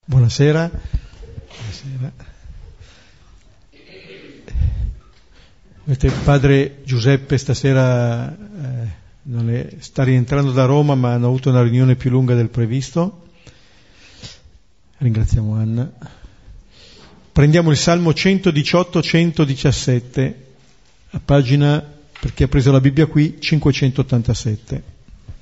Buonasera. Buonasera. Il padre Giuseppe stasera sta rientrando da Roma, ma hanno avuto una riunione più lunga del previsto. Ringraziamo Anna. Prendiamo il Salmo 118-117, a pagina, per chi ha preso la Bibbia qui, 587.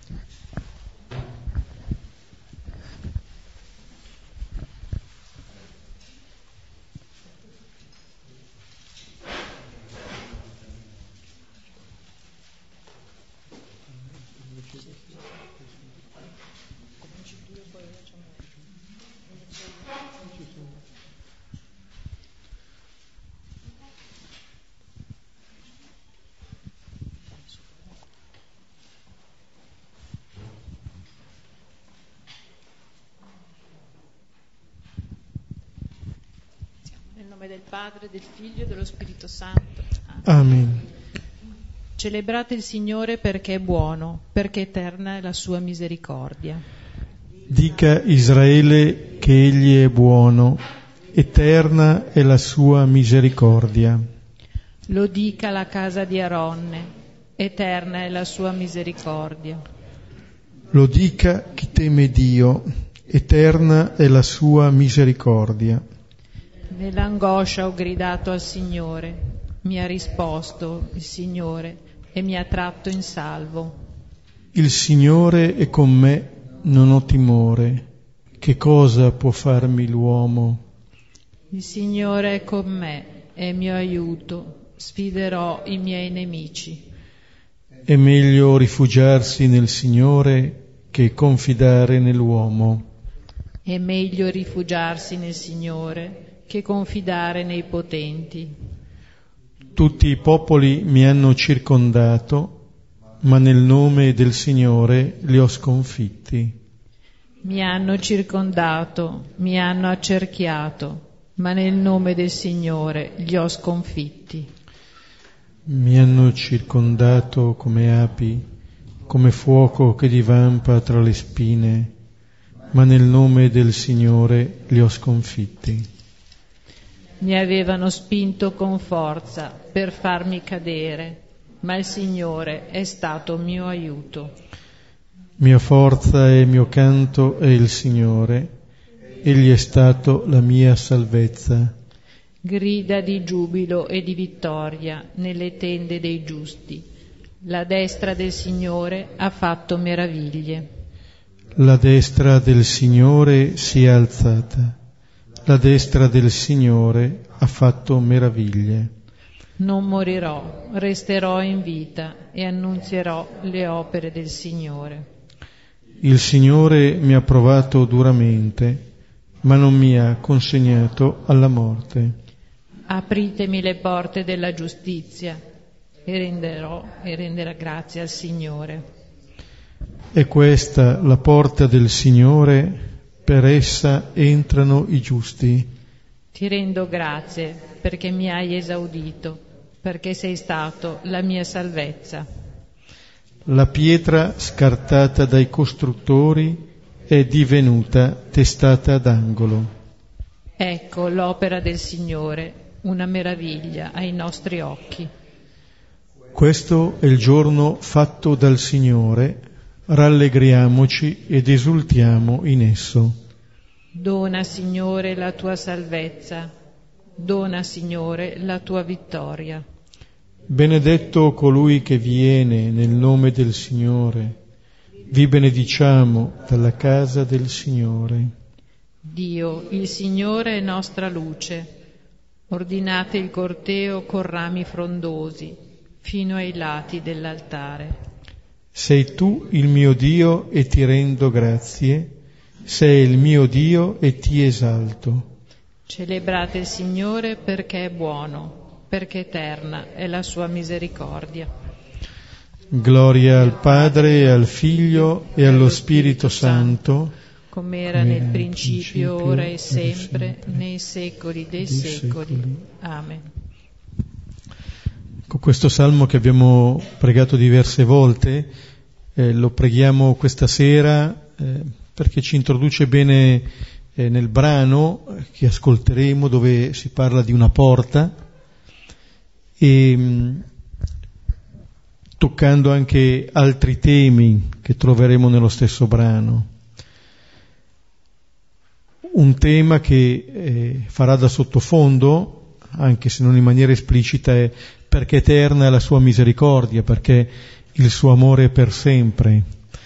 Del Padre, del Figlio e dello Spirito Santo. Amen. Celebrate il Signore perché è buono, perché eterna è la sua misericordia. Dica Israele che Egli è buono, eterna è la sua misericordia. Lo dica la casa di Aronne, eterna è la sua misericordia. Lo dica chi teme Dio, eterna è la sua misericordia. Nell'angoscia ho gridato al Signore, mi ha risposto il Signore e mi ha tratto in salvo. Il Signore è con me, non ho timore. Che cosa può farmi l'uomo? Il Signore è con me, è mio aiuto, sfiderò i miei nemici. È meglio rifugiarsi nel Signore che confidare nell'uomo. È meglio rifugiarsi nel Signore che confidare nei potenti. Tutti i popoli mi hanno circondato, ma nel nome del Signore li ho sconfitti. Mi hanno circondato, mi hanno accerchiato, ma nel nome del Signore li ho sconfitti. Mi hanno circondato come api, come fuoco che divampa tra le spine, ma nel nome del Signore li ho sconfitti. Mi avevano spinto con forza per farmi cadere, ma il Signore è stato mio aiuto. Mia forza e mio canto è il Signore, Egli è stato la mia salvezza. Grida di giubilo e di vittoria nelle tende dei giusti. La destra del Signore ha fatto meraviglie. La destra del Signore si è alzata. La destra del Signore ha fatto meraviglie. Non morirò, resterò in vita e annunzierò le opere del Signore. Il Signore mi ha provato duramente, ma non mi ha consegnato alla morte. Apritemi le porte della giustizia e renderà grazie al Signore. È questa la porta del Signore, per essa entrano i giusti. Ti rendo grazie perché mi hai esaudito, perché sei stato la mia salvezza. La pietra scartata dai costruttori è divenuta testata d'angolo. Ecco l'opera del Signore, una meraviglia ai nostri occhi. Questo è il giorno fatto dal Signore, rallegriamoci ed esultiamo in esso. Dona, Signore, la tua salvezza, dona, Signore, la tua vittoria. Benedetto colui che viene nel nome del Signore, vi benediciamo dalla casa del Signore. Dio, il Signore è nostra luce, ordinate il corteo con rami frondosi, fino ai lati dell'altare. Sei tu il mio Dio e ti rendo grazie, sei il mio Dio e ti esalto. Celebrate il Signore perché è buono, perché eterna è la sua misericordia. Gloria al Padre e al Figlio e allo Spirito Santo, come era nel principio, ora e sempre, nei secoli dei secoli. Amen. Con questo salmo che abbiamo pregato diverse volte, lo preghiamo questa sera perché ci introduce bene nel brano che ascolteremo, dove si parla di una porta, e toccando anche altri temi che troveremo nello stesso brano. Un tema che farà da sottofondo, anche se non in maniera esplicita, è perché eterna è la sua misericordia, perché il suo amore è per sempre.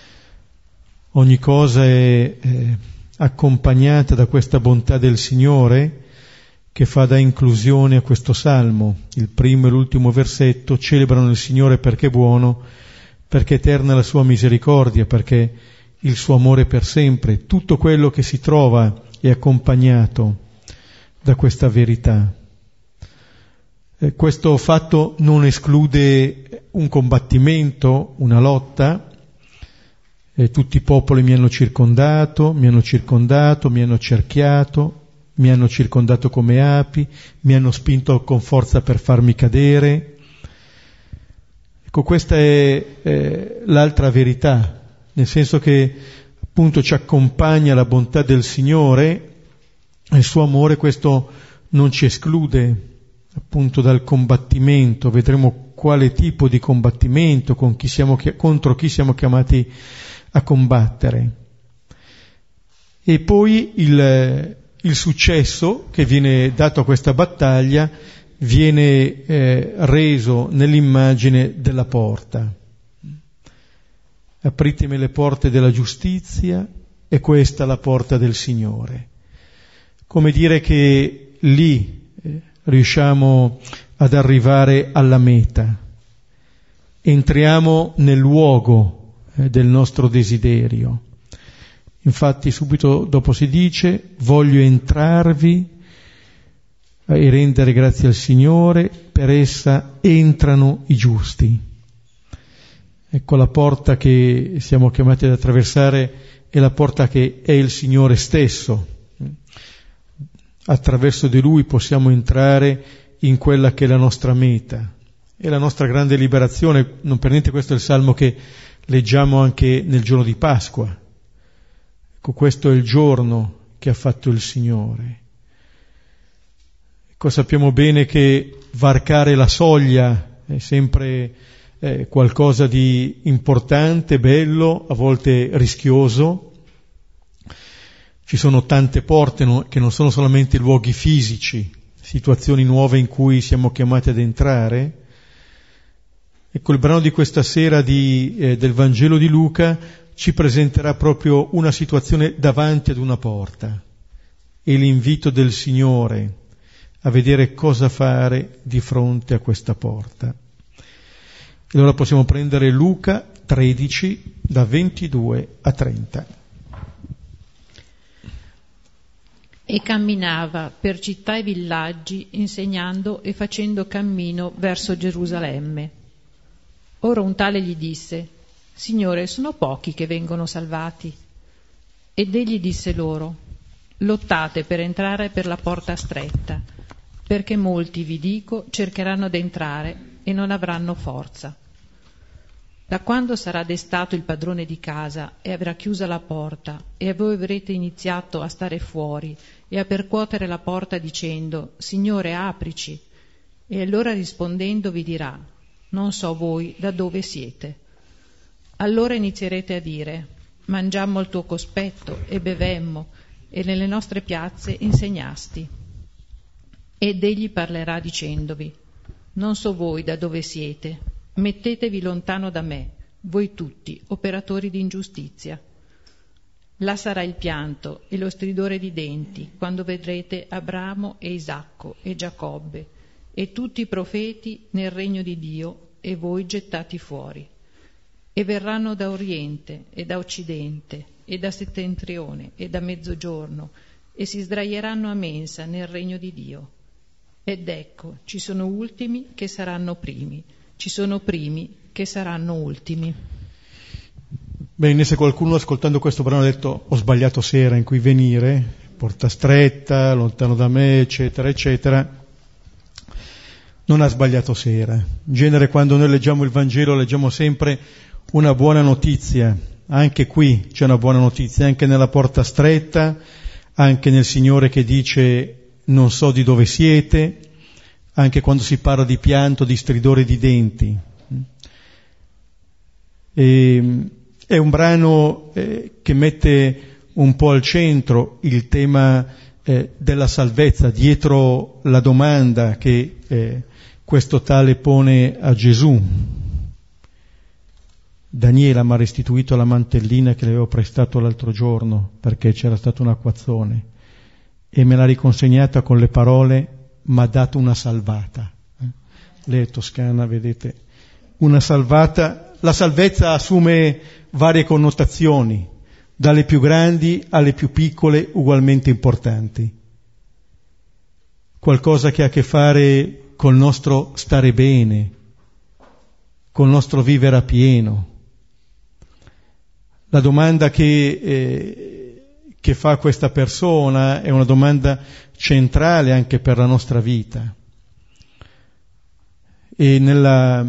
Ogni cosa è accompagnata da questa bontà del Signore, che fa da inclusione a questo salmo. Il primo e l'ultimo versetto celebrano il Signore perché è buono, perché eterna è la sua misericordia, perché il suo amore è per sempre. Tutto quello che si trova è accompagnato da questa verità. Questo fatto non esclude un combattimento, una lotta. Tutti i popoli mi hanno circondato, mi hanno cerchiato, mi hanno circondato come api, mi hanno spinto con forza per farmi cadere. Ecco, questa è l'altra verità, nel senso che appunto ci accompagna la bontà del Signore, il suo amore. Questo non ci esclude appunto dal combattimento. Vedremo quale tipo di combattimento, contro chi siamo chiamati a combattere. E poi il successo che viene dato a questa battaglia viene reso nell'immagine della porta. Apritemi le porte della giustizia, e questa la porta del Signore. Come dire che lì riusciamo ad arrivare alla meta. Entriamo nel luogo del nostro desiderio. Infatti subito dopo si dice: voglio entrarvi e rendere grazie al Signore, per essa entrano i giusti. Ecco, la porta che siamo chiamati ad attraversare è la porta che è il Signore stesso. Attraverso di Lui possiamo entrare in quella che è la nostra meta, è la nostra grande liberazione. Non per niente questo è il salmo che leggiamo anche nel giorno di Pasqua. Ecco, questo è il giorno che ha fatto il Signore. Ecco, sappiamo bene che varcare la soglia è sempre qualcosa di importante, bello, a volte rischioso. Ci sono tante porte che non sono solamente luoghi fisici, situazioni nuove in cui siamo chiamati ad entrare. Ecco, il brano di questa sera del Vangelo di Luca ci presenterà proprio una situazione davanti ad una porta e l'invito del Signore a vedere cosa fare di fronte a questa porta. E allora possiamo prendere Luca 13, da 22 a 30. E camminava per città e villaggi, insegnando e facendo cammino verso Gerusalemme. Ora un tale gli disse: Signore, sono pochi che vengono salvati. Ed egli disse loro: lottate per entrare per la porta stretta, perché molti, vi dico, cercheranno d'entrare e non avranno forza. Da quando sarà destato il padrone di casa e avrà chiusa la porta, e voi avrete iniziato a stare fuori e a percuotere la porta dicendo: Signore, aprici, e allora rispondendo vi dirà: non so voi da dove siete. Allora inizierete a dire: mangiammo al tuo cospetto e bevemmo, e nelle nostre piazze insegnasti. Ed egli parlerà dicendovi: non so voi da dove siete, mettetevi lontano da me, voi tutti, operatori di ingiustizia. Là sarà il pianto e lo stridore di denti, quando vedrete Abramo e Isacco e Giacobbe e tutti i profeti nel regno di Dio, e voi gettati fuori. E verranno da oriente e da occidente e da settentrione e da mezzogiorno, e si sdraieranno a mensa nel regno di Dio. Ed ecco, ci sono ultimi che saranno primi, ci sono primi che saranno ultimi. Bene, se qualcuno ascoltando questo brano ha detto: ho sbagliato sera in cui venire, porta stretta, lontano da me, eccetera, eccetera, non ha sbagliato sera. In genere quando noi leggiamo il Vangelo leggiamo sempre una buona notizia. Anche qui c'è una buona notizia, anche nella porta stretta, anche nel Signore che dice non so di dove siete, anche quando si parla di pianto, di stridore di denti. È un brano che mette un po' al centro il tema della salvezza, dietro la domanda che questo tale pone a Gesù. Daniela mi ha restituito la mantellina che le avevo prestato l'altro giorno perché c'era stato un acquazzone e me l'ha riconsegnata con le parole m'ha dato una salvata. Lei è toscana, vedete, una salvata. La salvezza assume varie connotazioni, dalle più grandi alle più piccole ugualmente importanti. Qualcosa che ha a che fare col nostro stare bene, col nostro vivere a pieno. La domanda che fa questa persona è una domanda centrale anche per la nostra vita. E nella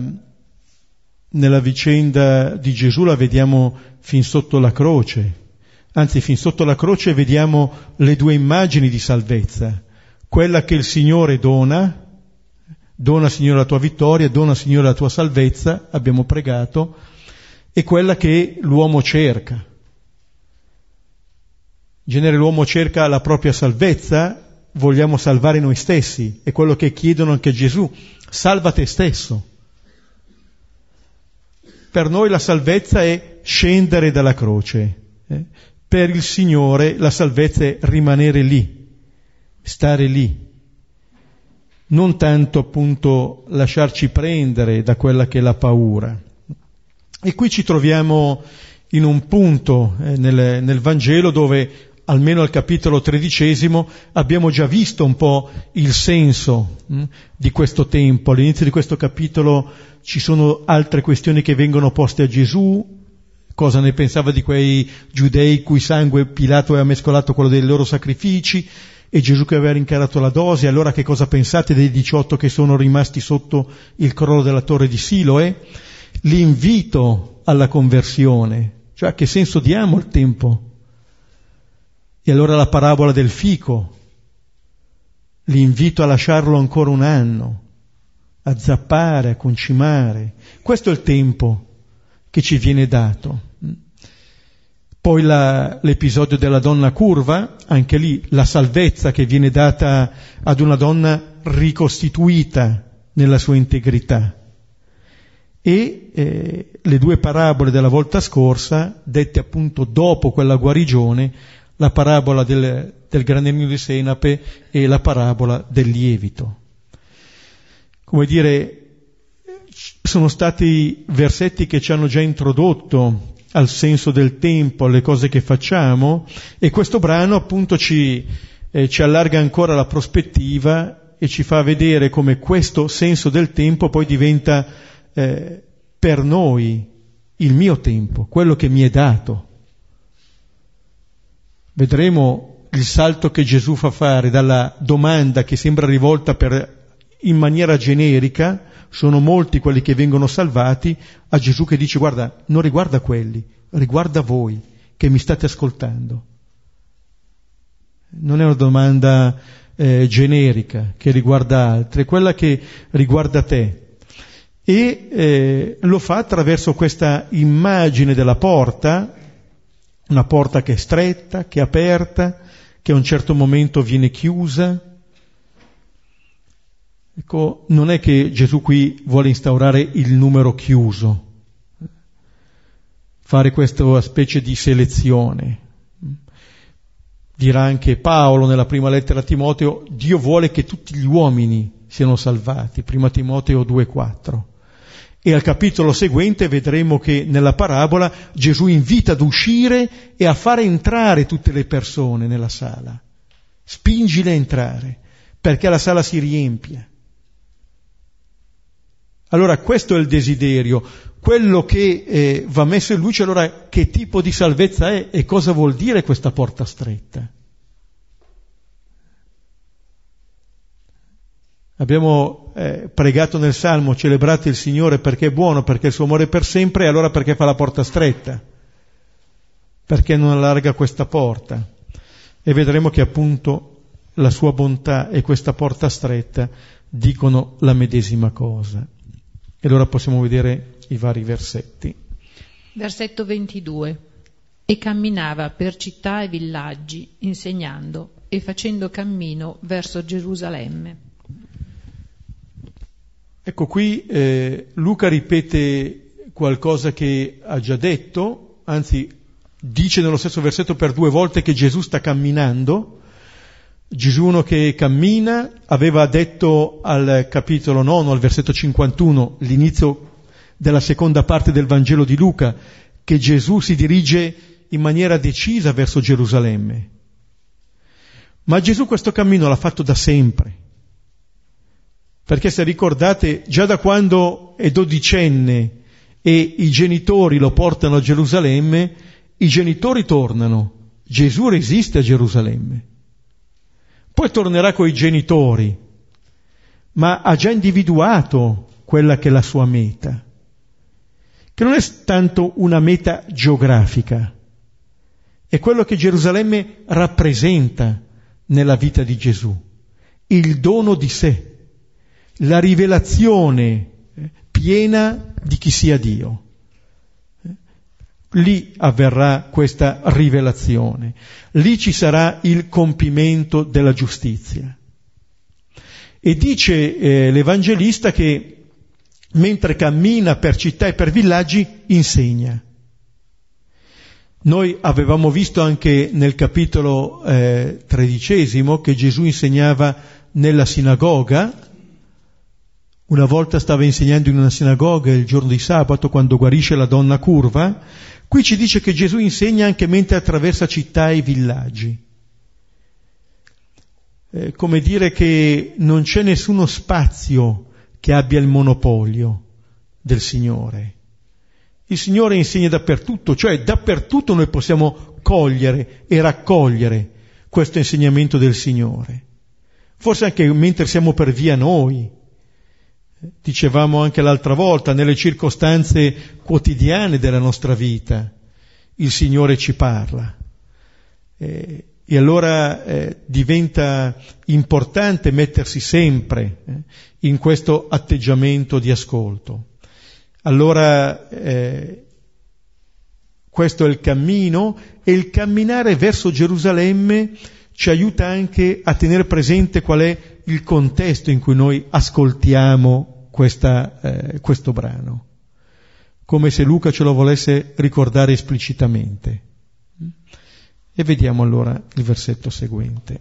vicenda di Gesù la vediamo fin sotto la croce. Anzi, fin sotto la croce vediamo le due immagini di salvezza. Quella che il Signore dona Signore la tua vittoria, dona Signore la tua salvezza, abbiamo pregato, e quella che l'uomo cerca. In genere l'uomo cerca la propria salvezza, vogliamo salvare noi stessi, è quello che chiedono anche a Gesù, salva te stesso. Per noi la salvezza è scendere dalla croce, per il Signore la salvezza è rimanere lì, stare lì, non tanto appunto lasciarci prendere da quella che è la paura. E qui ci troviamo in un punto nel Vangelo dove almeno al capitolo 13 abbiamo già visto un po' il senso di questo tempo. All'inizio di questo capitolo ci sono altre questioni che vengono poste a Gesù, cosa ne pensava di quei giudei cui sangue Pilato aveva mescolato quello dei loro sacrifici, e Gesù che aveva rincarato la dose. Allora che cosa pensate dei 18 che sono rimasti sotto il crollo della torre di Siloe? L'invito alla conversione, cioè a che senso diamo al tempo? E allora la parabola del fico, l'invito a lasciarlo ancora un anno, a zappare, a concimare. Questo è il tempo che ci viene dato. Poi l'episodio della donna curva, anche lì la salvezza che viene data ad una donna ricostituita nella sua integrità. E le due parabole della volta scorsa, dette appunto dopo quella guarigione, la parabola del granellino di senape e la parabola del lievito. Come dire, sono stati versetti che ci hanno già introdotto al senso del tempo, alle cose che facciamo, e questo brano appunto ci allarga ancora la prospettiva e ci fa vedere come questo senso del tempo poi diventa per noi il mio tempo, quello che mi è dato. Vedremo il salto che Gesù fa fare dalla domanda che sembra rivolta in maniera generica, sono molti quelli che vengono salvati, a Gesù che dice guarda, non riguarda quelli, riguarda voi che mi state ascoltando. Non è una domanda generica che riguarda altri, è quella che riguarda te. E lo fa attraverso questa immagine della porta, una porta che è stretta, che è aperta, che a un certo momento viene chiusa. Ecco, non è che Gesù qui vuole instaurare il numero chiuso, fare questa specie di selezione. Dirà anche Paolo nella prima lettera a Timoteo, Dio vuole che tutti gli uomini siano salvati, prima Timoteo 2,4. E al capitolo seguente vedremo che nella parabola Gesù invita ad uscire e a fare entrare tutte le persone nella sala. Spingile a entrare, perché la sala si riempia. Allora questo è il desiderio, quello che va messo in luce. Allora che tipo di salvezza è e cosa vuol dire questa porta stretta? Abbiamo pregato nel Salmo, celebrate il Signore perché è buono, perché il suo amore è per sempre, e allora perché fa la porta stretta? Perché non allarga questa porta? E vedremo che appunto la sua bontà e questa porta stretta dicono la medesima cosa. E allora possiamo vedere i vari versetti. Versetto 22. E camminava per città e villaggi, insegnando e facendo cammino verso Gerusalemme. Ecco qui Luca ripete qualcosa che ha già detto, anzi dice nello stesso versetto per 2 volte che Gesù sta camminando. Gesù uno che cammina, aveva detto al capitolo 9, al versetto 51, l'inizio della seconda parte del Vangelo di Luca, che Gesù si dirige in maniera decisa verso Gerusalemme. Ma Gesù questo cammino l'ha fatto da sempre. Perché se ricordate, già da quando è 12enne e i genitori lo portano a Gerusalemme, i genitori tornano, Gesù resiste a Gerusalemme. Poi tornerà coi genitori, ma ha già individuato quella che è la sua meta, che non è tanto una meta geografica, è quello che Gerusalemme rappresenta nella vita di Gesù, il dono di sé, la rivelazione piena di chi sia Dio. Lì avverrà questa rivelazione, lì ci sarà il compimento della giustizia. E dice l'Evangelista che mentre cammina per città e per villaggi insegna. Noi avevamo visto anche nel capitolo 13 che Gesù insegnava nella sinagoga. Una volta stava insegnando in una sinagoga il giorno di sabato quando guarisce la donna curva. Qui ci dice che Gesù insegna anche mentre attraversa città e villaggi. Come dire che non c'è nessuno spazio che abbia il monopolio del Signore. Il Signore insegna dappertutto, cioè dappertutto noi possiamo cogliere e raccogliere questo insegnamento del Signore. Forse anche mentre siamo per via noi. Dicevamo anche l'altra volta, nelle circostanze quotidiane della nostra vita, il Signore ci parla. E allora diventa importante mettersi sempre in questo atteggiamento di ascolto. Allora questo è il cammino, e il camminare verso Gerusalemme ci aiuta anche a tenere presente qual è il contesto in cui noi ascoltiamo questo brano, come se Luca ce lo volesse ricordare esplicitamente. E vediamo allora il versetto seguente.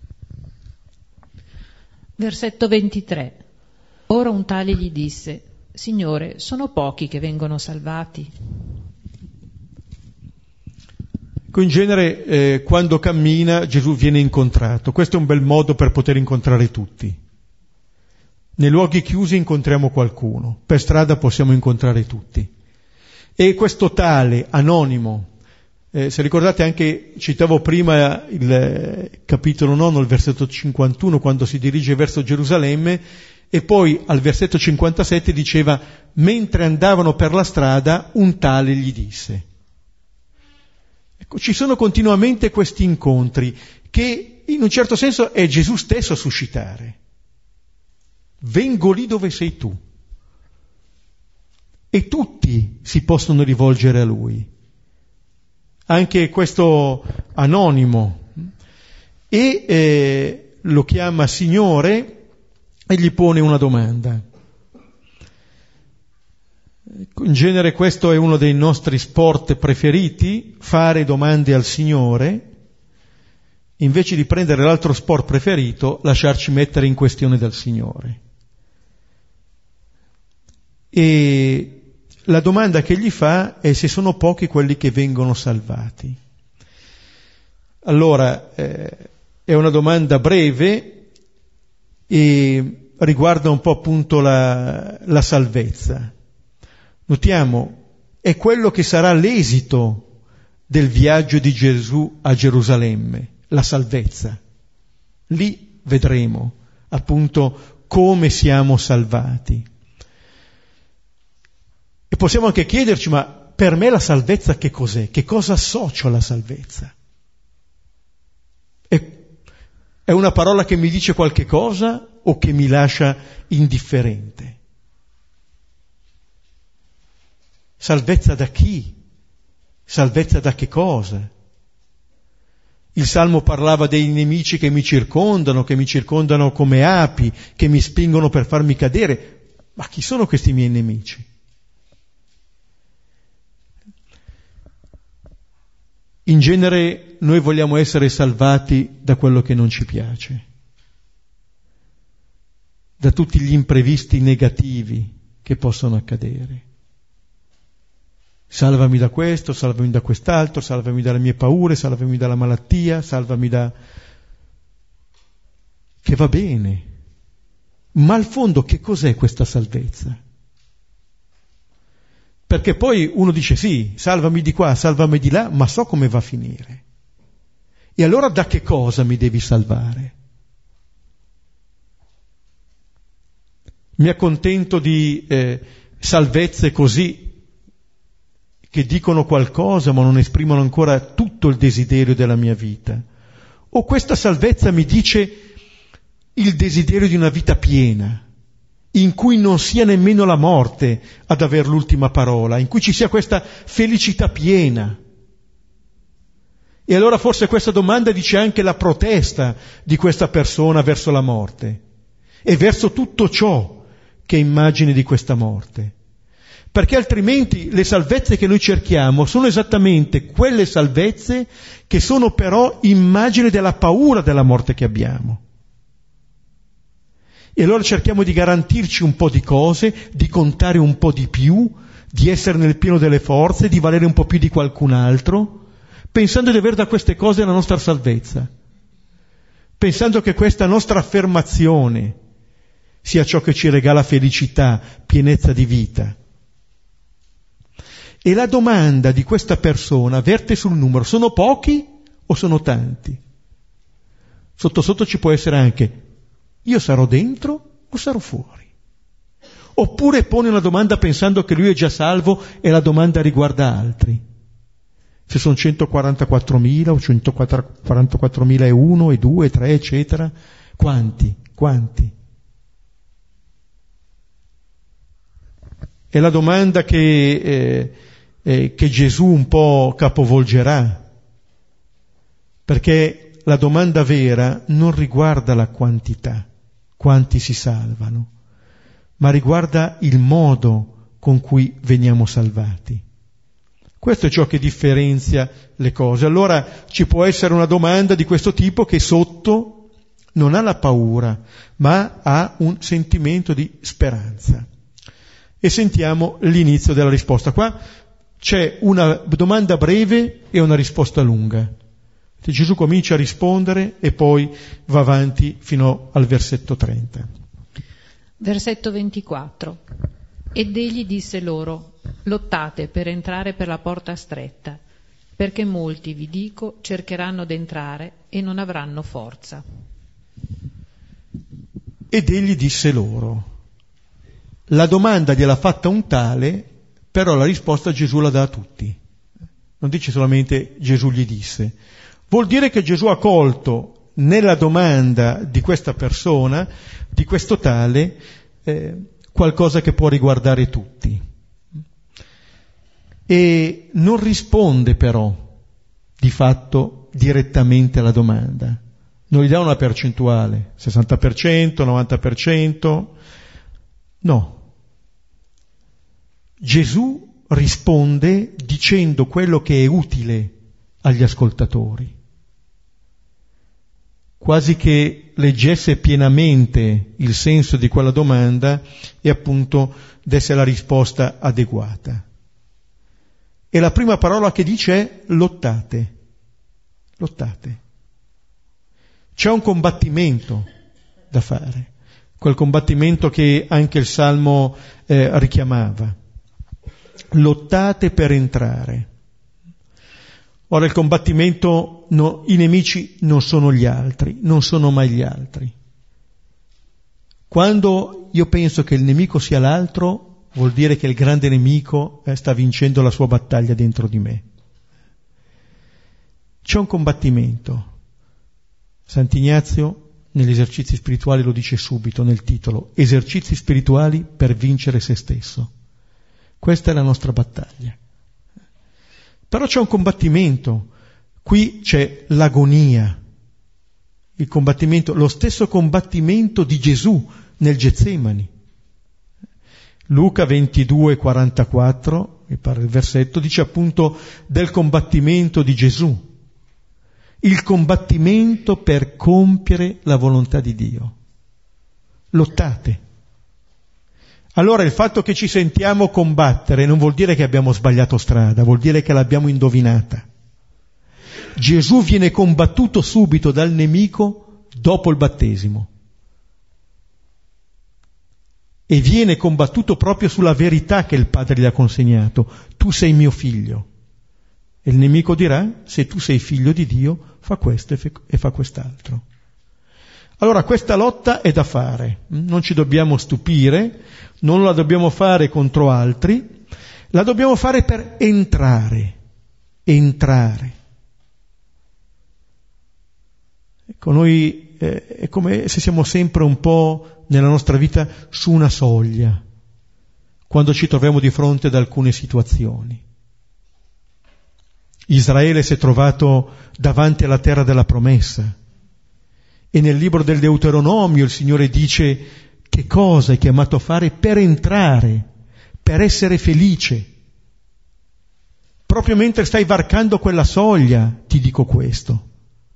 Versetto 23. Ora un tale gli disse: Signore, sono pochi che vengono salvati? In genere quando cammina Gesù viene incontrato. Questo è un bel modo per poter incontrare tutti. Nei luoghi chiusi incontriamo qualcuno, per strada possiamo incontrare tutti. E questo tale, anonimo, se ricordate anche, citavo prima il capitolo 9, il versetto 51, quando si dirige verso Gerusalemme, e poi al versetto 57 diceva: mentre andavano per la strada un tale gli disse. Ecco, ci sono continuamente questi incontri che in un certo senso è Gesù stesso a suscitare. Vengo lì dove sei tu. E tutti si possono rivolgere a Lui. Anche questo anonimo. E lo chiama Signore e gli pone una domanda. In genere questo è uno dei nostri sport preferiti, fare domande al Signore, invece di prendere l'altro sport preferito, lasciarci mettere in questione dal Signore. E la domanda che gli fa è se sono pochi quelli che vengono salvati. Allora, è una domanda breve e riguarda un po' appunto la salvezza. Notiamo, è quello che sarà l'esito del viaggio di Gesù a Gerusalemme, la salvezza. Lì vedremo appunto come siamo salvati. E possiamo anche chiederci, ma per me la salvezza che cos'è? Che cosa associo alla salvezza? È una parola che mi dice qualche cosa o che mi lascia indifferente? Salvezza da chi? Salvezza da che cosa? Il Salmo parlava dei nemici che mi circondano come api, che mi spingono per farmi cadere. Ma chi sono questi miei nemici? In genere noi vogliamo essere salvati da quello che non ci piace, da tutti gli imprevisti negativi che possono accadere. Salvami da questo, salvami da quest'altro, salvami dalle mie paure, salvami dalla malattia, salvami da... che va bene. Ma al fondo che cos'è questa salvezza? Perché poi uno dice sì, salvami di qua, salvami di là, ma so come va a finire. E allora da che cosa mi devi salvare? Mi accontento di salvezze così, che dicono qualcosa ma non esprimono ancora tutto il desiderio della mia vita. O questa salvezza mi dice il desiderio di una vita piena, in cui non sia nemmeno la morte ad aver l'ultima parola, in cui ci sia questa felicità piena. E allora forse questa domanda dice anche la protesta di questa persona verso la morte e verso tutto ciò che è immagine di questa morte. Perché altrimenti le salvezze che noi cerchiamo sono esattamente quelle salvezze che sono però immagine della paura della morte che abbiamo. E allora cerchiamo di garantirci un po' di cose, di contare un po' di più, di essere nel pieno delle forze, di valere un po' più di qualcun altro, pensando di aver da queste cose la nostra salvezza, pensando che questa nostra affermazione sia ciò che ci regala felicità, pienezza di vita. E la domanda di questa persona verte sul numero: sono pochi o sono tanti? Sotto sotto ci può essere anche: io sarò dentro o sarò fuori? Oppure pone una domanda pensando che lui è già salvo e la domanda riguarda altri. Se sono 144.000 o 144.001 e 2 e 3 eccetera, quanti? È la domanda che Gesù un po' capovolgerà, perché la domanda vera non riguarda la quantità, quanti si salvano, ma riguarda il modo con cui veniamo salvati. Questo è ciò che differenzia le cose. Allora ci può essere una domanda di questo tipo che sotto non ha la paura, ma ha un sentimento di speranza. E sentiamo l'inizio della risposta. Qua c'è una domanda breve e una risposta lunga. Gesù comincia a rispondere e poi va avanti fino al versetto 30. Versetto 24. Ed egli disse loro: lottate per entrare per la porta stretta, perché molti, vi dico, cercheranno d'entrare e non avranno forza. Ed egli disse loro. La domanda gliel'ha fatta un tale, però la risposta Gesù la dà a tutti. Non dice solamente Gesù gli disse. Vuol dire che Gesù ha colto nella domanda di questa persona, di questo tale, qualcosa che può riguardare tutti. E non risponde però, di fatto, direttamente alla domanda. Non gli dà una percentuale, 60%, 90%, no. Gesù risponde dicendo quello che è utile agli ascoltatori, quasi che leggesse pienamente il senso di quella domanda e appunto desse la risposta adeguata. E la prima parola che dice è lottate. Lottate. C'è un combattimento da fare, quel combattimento che anche il Salmo richiamava. Lottate per entrare. Ora il combattimento, i nemici non sono gli altri, non sono mai gli altri. Quando io penso che il nemico sia l'altro, vuol dire che il grande nemico sta vincendo la sua battaglia dentro di me. C'è un combattimento. Sant'Ignazio negli esercizi spirituali lo dice subito nel titolo: esercizi spirituali per vincere se stesso. Questa è la nostra battaglia. Però c'è un combattimento, qui c'è l'agonia, il combattimento, lo stesso combattimento di Gesù nel Getsemani. Luca 22,44, mi pare il versetto, dice appunto del combattimento di Gesù. Il combattimento per compiere la volontà di Dio. Lottate. Allora il fatto che ci sentiamo combattere non vuol dire che abbiamo sbagliato strada, vuol dire che l'abbiamo indovinata. Gesù viene combattuto subito dal nemico dopo il battesimo. E viene combattuto proprio sulla verità che il Padre gli ha consegnato. Tu sei mio figlio. E il nemico dirà: se tu sei figlio di Dio, fa questo e fa quest'altro. Allora questa lotta è da fare, non ci dobbiamo stupire, non la dobbiamo fare contro altri, la dobbiamo fare per entrare. Ecco, noi è come se siamo sempre un po' nella nostra vita su una soglia, quando ci troviamo di fronte ad alcune situazioni. Israele si è trovato davanti alla terra della promessa e nel libro del Deuteronomio il Signore dice che cosa è chiamato a fare per entrare, per essere felice. Proprio mentre stai varcando quella soglia ti dico questo.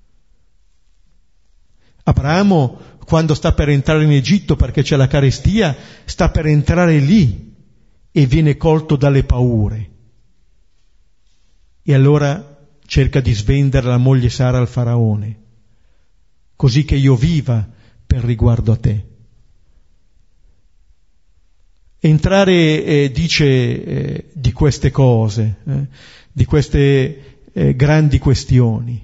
Abramo, quando sta per entrare in Egitto perché c'è la carestia, sta per entrare lì e viene colto dalle paure. E allora cerca di svendere la moglie Sara al faraone, così che io viva per riguardo a te. Entrare, dice, di queste cose, di queste grandi questioni.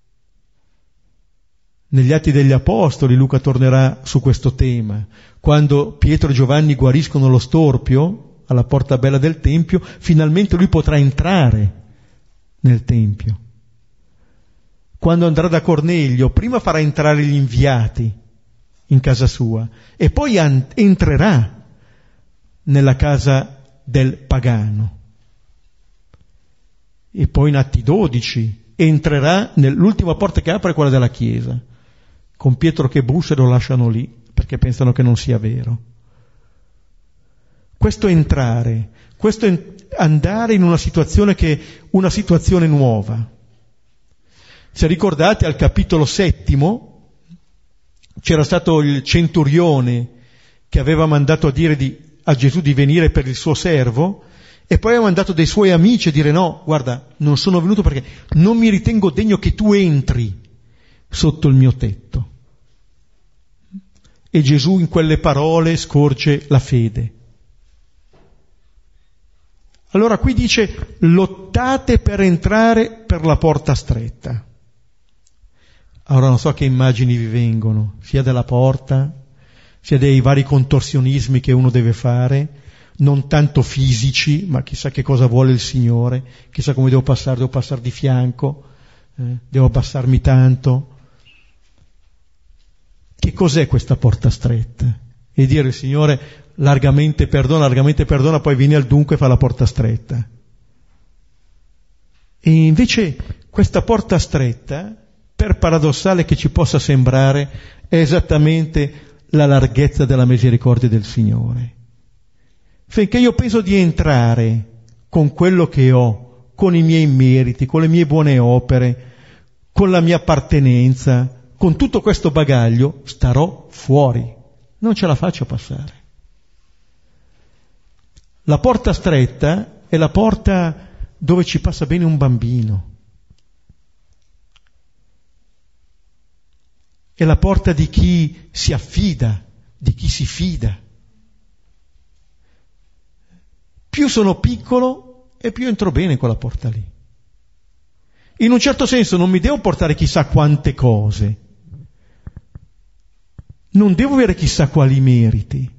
Negli Atti degli Apostoli Luca tornerà su questo tema. Quando Pietro e Giovanni guariscono lo storpio alla porta bella del Tempio, finalmente lui potrà entrare nel Tempio. Quando andrà da Cornelio, prima farà entrare gli inviati in casa sua e poi entrerà nella casa del pagano. E poi in Atti 12 entrerà nell'ultima porta che apre, quella della chiesa, con Pietro che bussa e lo lasciano lì perché pensano che non sia vero. Questo entrare, questo andare in una situazione che è una situazione nuova. Se ricordate, al capitolo 7 c'era stato il centurione che aveva mandato a dire a Gesù di venire per il suo servo e poi aveva mandato dei suoi amici a dire: no, guarda, non sono venuto perché non mi ritengo degno che tu entri sotto il mio tetto. E Gesù in quelle parole scorge la fede. Allora qui dice: lottate per entrare per la porta stretta. Allora non so che immagini vi vengono, sia della porta, sia dei vari contorsionismi che uno deve fare, non tanto fisici, ma chissà che cosa vuole il Signore, chissà come devo passare di fianco, devo abbassarmi tanto. Che cos'è questa porta stretta? E dire al Signore: largamente perdona, poi vieni al dunque e fa la porta stretta. E invece questa porta stretta, per paradossale che ci possa sembrare, è esattamente la larghezza della misericordia del Signore. Finché io penso di entrare con quello che ho, con i miei meriti, con le mie buone opere, con la mia appartenenza, con tutto questo bagaglio, starò fuori, non ce la faccio passare. La porta stretta è la porta dove ci passa bene un bambino. È la porta di chi si affida, di chi si fida. Più sono piccolo e più entro bene in quella porta lì. In un certo senso non mi devo portare chissà quante cose, non devo avere chissà quali meriti.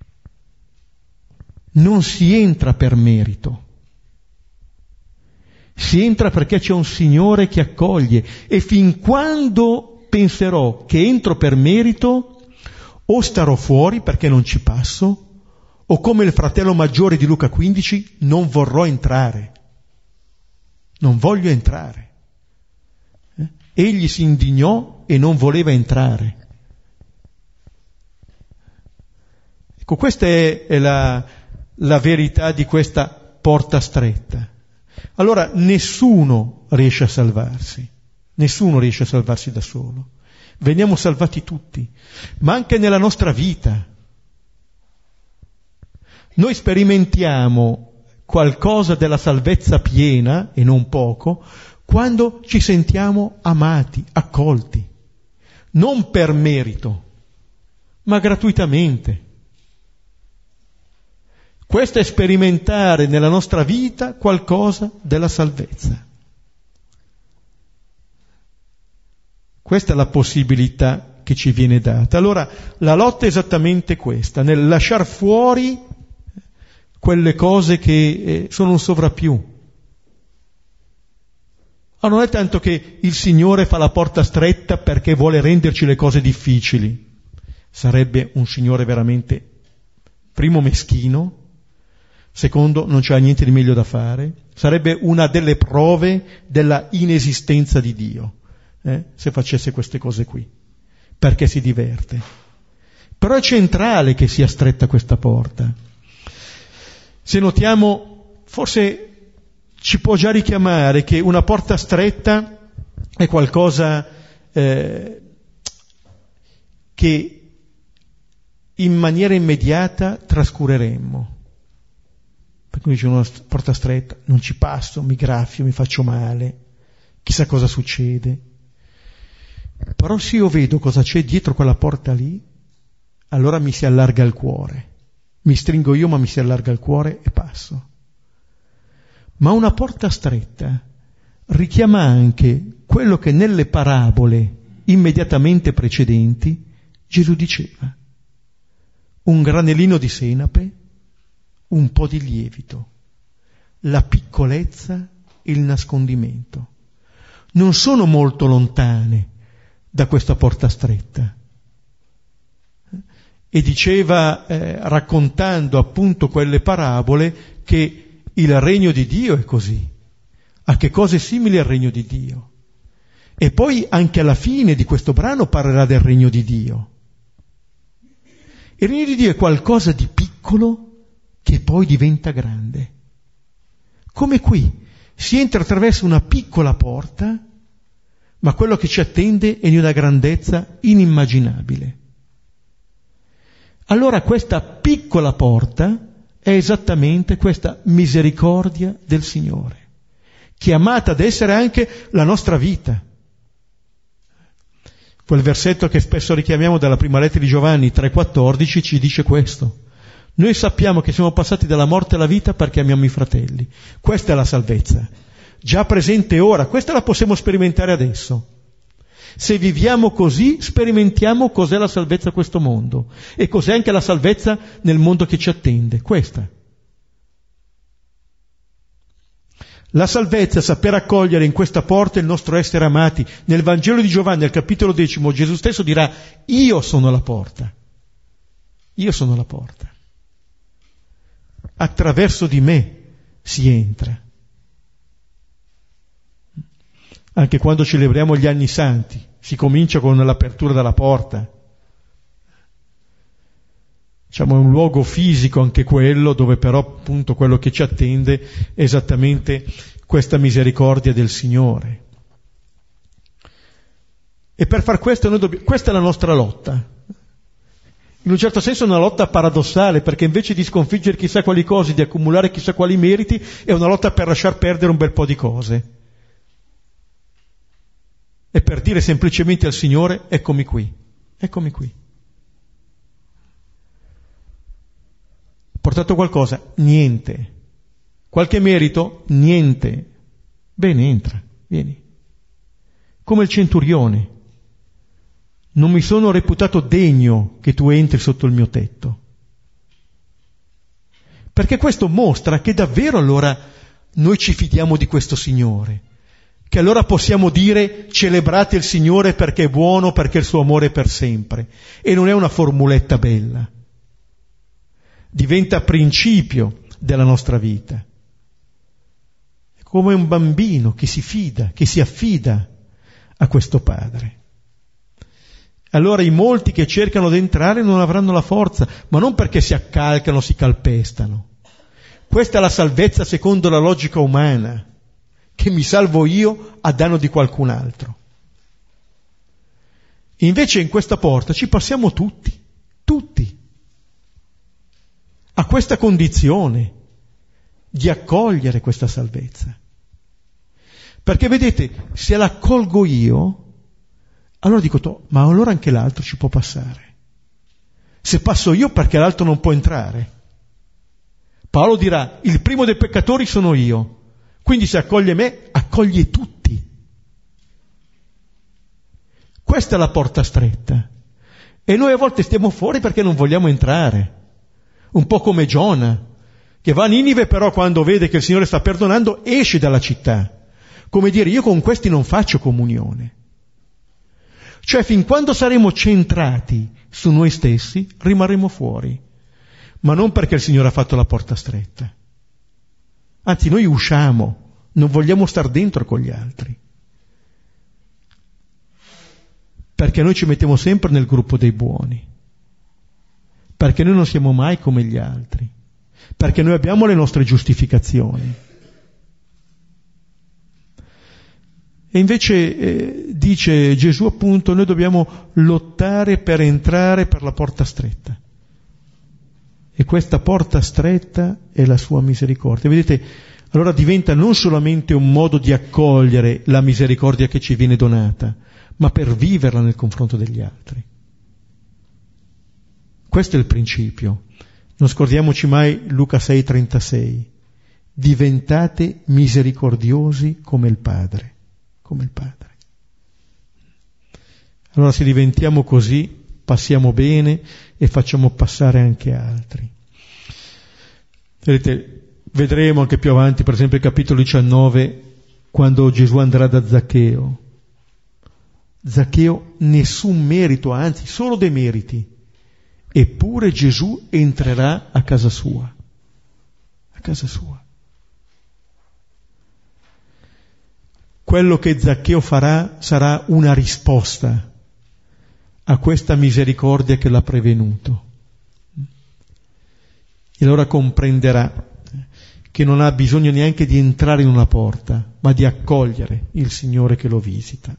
Non si entra per merito, Si entra perché c'è un Signore che accoglie, e fin quando penserò che entro per merito, o starò fuori perché non ci passo, o come il fratello maggiore di Luca 15, non vorrò entrare. Non voglio entrare. Egli si indignò e non voleva entrare. Ecco, questa è la verità di questa porta stretta. Allora nessuno riesce a salvarsi da solo. Veniamo salvati tutti, ma anche nella nostra vita. Noi sperimentiamo qualcosa della salvezza piena, e non poco, quando ci sentiamo amati, accolti, non per merito, ma gratuitamente. Questo è sperimentare nella nostra vita qualcosa della salvezza. Questa è la possibilità che ci viene data. Allora, la lotta è esattamente questa, nel lasciar fuori quelle cose che sono un sovrappiù. Non è tanto che il Signore fa la porta stretta perché vuole renderci le cose difficili. Sarebbe un Signore veramente, primo, meschino, secondo, non c'ha niente di meglio da fare. Sarebbe una delle prove della inesistenza di Dio, se facesse queste cose qui, perché si diverte. Però è centrale che sia stretta questa porta. Se notiamo, forse ci può già richiamare che una porta stretta è qualcosa che in maniera immediata trascureremmo. Perché dice una porta stretta, non ci passo, mi graffio, mi faccio male, chissà cosa succede. Però se io vedo cosa c'è dietro quella porta lì, allora mi si allarga il cuore. Mi stringo io, ma mi si allarga il cuore e passo. Ma una porta stretta richiama anche quello che nelle parabole immediatamente precedenti Gesù diceva: un granellino di senape, un po' di lievito, la piccolezza e il nascondimento. Non sono molto lontane da questa porta stretta. E diceva, raccontando appunto quelle parabole, che il regno di Dio è così. A che cose simili al regno di Dio? E poi anche alla fine di questo brano parlerà del regno di Dio. Il regno di Dio è qualcosa di piccolo che poi diventa grande. Come qui, si entra attraverso una piccola porta, ma quello che ci attende è di una grandezza inimmaginabile. Allora questa piccola porta è esattamente questa misericordia del Signore, chiamata ad essere anche la nostra vita. Quel versetto che spesso richiamiamo dalla prima lettera di Giovanni 3,14 ci dice questo: noi sappiamo che siamo passati dalla morte alla vita perché amiamo i fratelli. Questa è la salvezza, già presente ora, questa la possiamo sperimentare adesso. Se viviamo così, sperimentiamo cos'è la salvezza a questo mondo e cos'è anche la salvezza nel mondo che ci attende. Questa. La salvezza è saper accogliere in questa porta il nostro essere amati. Nel Vangelo di Giovanni, al capitolo 10, Gesù stesso dirà: io sono la porta. Io sono la porta. Attraverso di me si entra. Anche quando celebriamo gli anni santi, si comincia con l'apertura della porta. Diciamo, è un luogo fisico anche quello, dove però appunto quello che ci attende è esattamente questa misericordia del Signore. E per far questo questa è la nostra lotta. In un certo senso è una lotta paradossale, perché invece di sconfiggere chissà quali cose, di accumulare chissà quali meriti, è una lotta per lasciar perdere un bel po' di cose. E per dire semplicemente al Signore: eccomi qui, eccomi qui. Portato qualcosa? Niente. Qualche merito? Niente. Bene, entra, vieni. Come il centurione: non mi sono reputato degno che tu entri sotto il mio tetto. Perché questo mostra che davvero allora noi ci fidiamo di questo Signore, che allora possiamo dire celebrate il Signore perché è buono, perché il suo amore è per sempre. E non è una formuletta bella. Diventa principio della nostra vita. È come un bambino che si fida, che si affida a questo Padre. Allora i molti che cercano di entrare non avranno la forza, ma non perché si accalcano, si calpestano. Questa è la salvezza secondo la logica umana, che mi salvo io a danno di qualcun altro. Invece in questa porta ci passiamo tutti, a questa condizione di accogliere questa salvezza. Perché vedete, se la accolgo io, allora dico, ma allora anche l'altro ci può passare. Se passo io, perché l'altro non può entrare? Paolo dirà, il primo dei peccatori sono io, quindi se accoglie me, accoglie tutti. Questa è la porta stretta. E noi a volte stiamo fuori perché non vogliamo entrare. Un po' come Giona, che va a Ninive, però quando vede che il Signore sta perdonando, esce dalla città. Come dire, io con questi non faccio comunione. Cioè, fin quando saremo centrati su noi stessi, rimarremo fuori. Ma non perché il Signore ha fatto la porta stretta. Anzi, noi usciamo, non vogliamo star dentro con gli altri. Perché noi ci mettiamo sempre nel gruppo dei buoni. Perché noi non siamo mai come gli altri. Perché noi abbiamo le nostre giustificazioni. E invece dice Gesù appunto, noi dobbiamo lottare per entrare per la porta stretta. E questa porta stretta è la sua misericordia. Vedete, allora diventa non solamente un modo di accogliere la misericordia che ci viene donata, ma per viverla nel confronto degli altri. Questo è il principio. Non scordiamoci mai Luca 6,36. Diventate misericordiosi come il Padre. Come il Padre. Allora se diventiamo così, passiamo bene e facciamo passare anche altri. Vedete, vedremo anche più avanti, per esempio il capitolo 19, quando Gesù andrà da Zaccheo. Zaccheo nessun merito, anzi solo demeriti. Eppure Gesù entrerà a casa sua. A casa sua. Quello che Zaccheo farà sarà una risposta a questa misericordia che l'ha prevenuto. E allora comprenderà che non ha bisogno neanche di entrare in una porta, ma di accogliere il Signore che lo visita.